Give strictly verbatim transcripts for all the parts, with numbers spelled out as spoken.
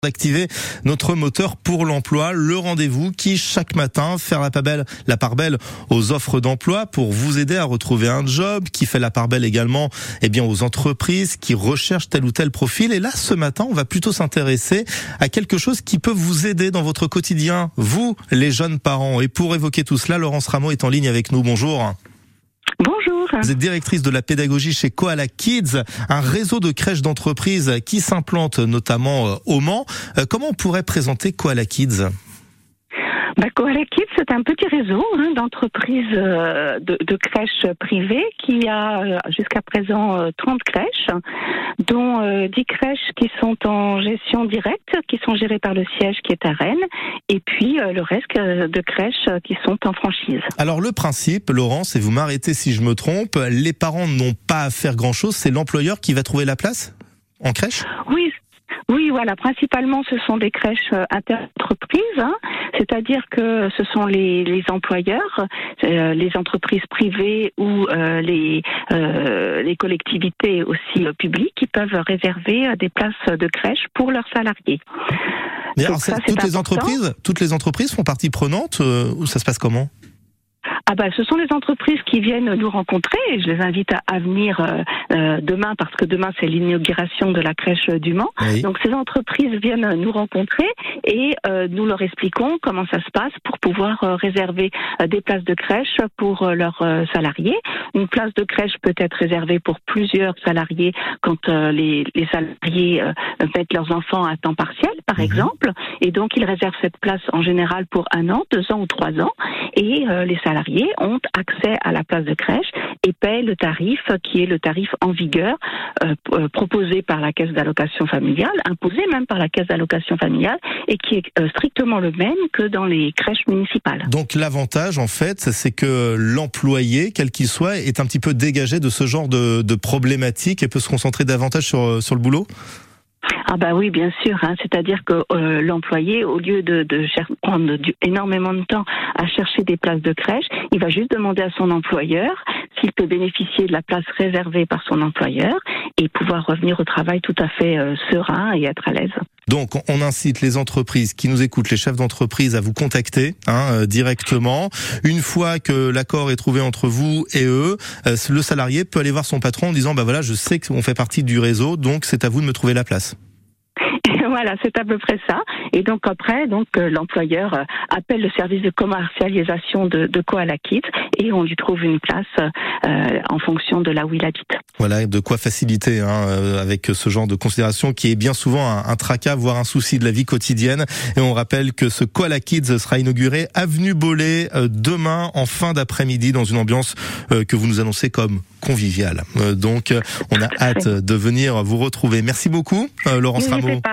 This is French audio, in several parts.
d'activer notre moteur pour l'emploi, le rendez-vous qui chaque matin fait la part belle, la part belle aux offres d'emploi pour vous aider à retrouver un job, qui fait la part belle également eh bien aux entreprises qui recherchent tel ou tel profil. Et là, ce matin, on va plutôt s'intéresser à quelque chose qui peut vous aider dans votre quotidien, vous, les jeunes parents. Et pour évoquer tout cela, Laurence Rameau est en ligne avec nous. Bonjour. Bonjour. Vous êtes directrice de la pédagogie chez Koala Kids, un réseau de crèches d'entreprises qui s'implante notamment au Mans. Comment on pourrait présenter Koala Kids ? Bah, Koala Kids, c'est un petit réseau hein, d'entreprises euh, de, de crèches privées qui a euh, jusqu'à présent euh, trente crèches, dont euh, dix crèches qui sont en gestion directe, qui sont gérées par le siège qui est à Rennes, et puis euh, le reste euh, de crèches euh, qui sont en franchise. Alors le principe, Laurence, et vous m'arrêtez si je me trompe, les parents n'ont pas à faire grand-chose, c'est l'employeur qui va trouver la place en crèche ? Oui. Oui, voilà. Principalement, ce sont des crèches euh, interentreprises, hein, c'est-à-dire que ce sont les, les employeurs, euh, les entreprises privées ou euh, les, euh, les collectivités aussi euh, publiques qui peuvent réserver euh, des places de crèche pour leurs salariés. Mais alors, ça, toutes les entreprises, toutes les entreprises font partie prenante euh, ou ça se passe comment ? Ah bah, ce sont les entreprises qui viennent nous rencontrer et je les invite à, à venir euh, euh, demain parce que demain c'est l'inauguration de la crèche du Mans. Oui. Donc ces entreprises viennent nous rencontrer et euh, nous leur expliquons comment ça se passe pour pouvoir euh, réserver euh, des places de crèche pour euh, leurs euh, salariés. Une place de crèche peut être réservée pour plusieurs salariés quand euh, les, les salariés euh, mettent leurs enfants à temps partiel par mmh. exemple, et donc ils réservent cette place en général pour un an, deux ans ou trois ans et euh, les salariés ont accès à la place de crèche et paient le tarif qui est le tarif en vigueur euh, euh, proposé par la caisse d'allocation familiale, imposé même par la caisse d'allocation familiale et qui est euh, strictement le même que dans les crèches municipales. Donc l'avantage en fait, c'est que l'employé, quel qu'il soit, est un petit peu dégagé de ce genre de, de problématiques et peut se concentrer davantage sur, sur le boulot ? Ah bah oui, bien sûr. Hein. C'est-à-dire que euh, l'employé, au lieu de, de cher- prendre du, énormément de temps à chercher des places de crèche, il va juste demander à son employeur s'il peut bénéficier de la place réservée par son employeur et pouvoir revenir au travail tout à fait euh, serein et être à l'aise. Donc, on incite les entreprises qui nous écoutent, les chefs d'entreprise, à vous contacter hein, euh, directement. Une fois que l'accord est trouvé entre vous et eux, euh, le salarié peut aller voir son patron en disant « bah voilà, je sais qu'on fait partie du réseau, donc c'est à vous de me trouver la place ». Voilà, c'est à peu près ça. Et donc après, donc euh, l'employeur euh, appelle le service de commercialisation de, de Koala Kids et on lui trouve une place euh, en fonction de là où il habite. Voilà, de quoi faciliter hein, euh, avec ce genre de considération qui est bien souvent un, un tracas, voire un souci de la vie quotidienne. Et on rappelle que ce Koala Kids sera inauguré avenue Bollé euh, demain en fin d'après-midi dans une ambiance euh, que vous nous annoncez comme conviviale. Euh, donc, on a hâte de venir vous retrouver. Merci beaucoup, euh, Laurence Rameau.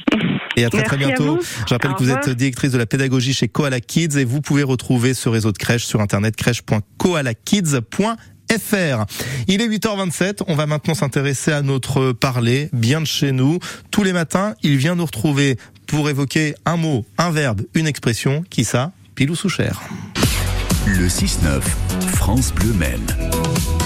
Et à très Merci très bientôt. Je rappelle Au que vous revoir. êtes directrice de la pédagogie chez Koala Kids et vous pouvez retrouver ce réseau de crèches sur internet crèche point koala kids point f r. Il est huit heures vingt-sept, on va maintenant s'intéresser à notre parler bien de chez nous. Tous les matins, il vient nous retrouver pour évoquer un mot, un verbe, une expression, qui ça, Pilou Souchère. Le six neuf, France Bleu Maine.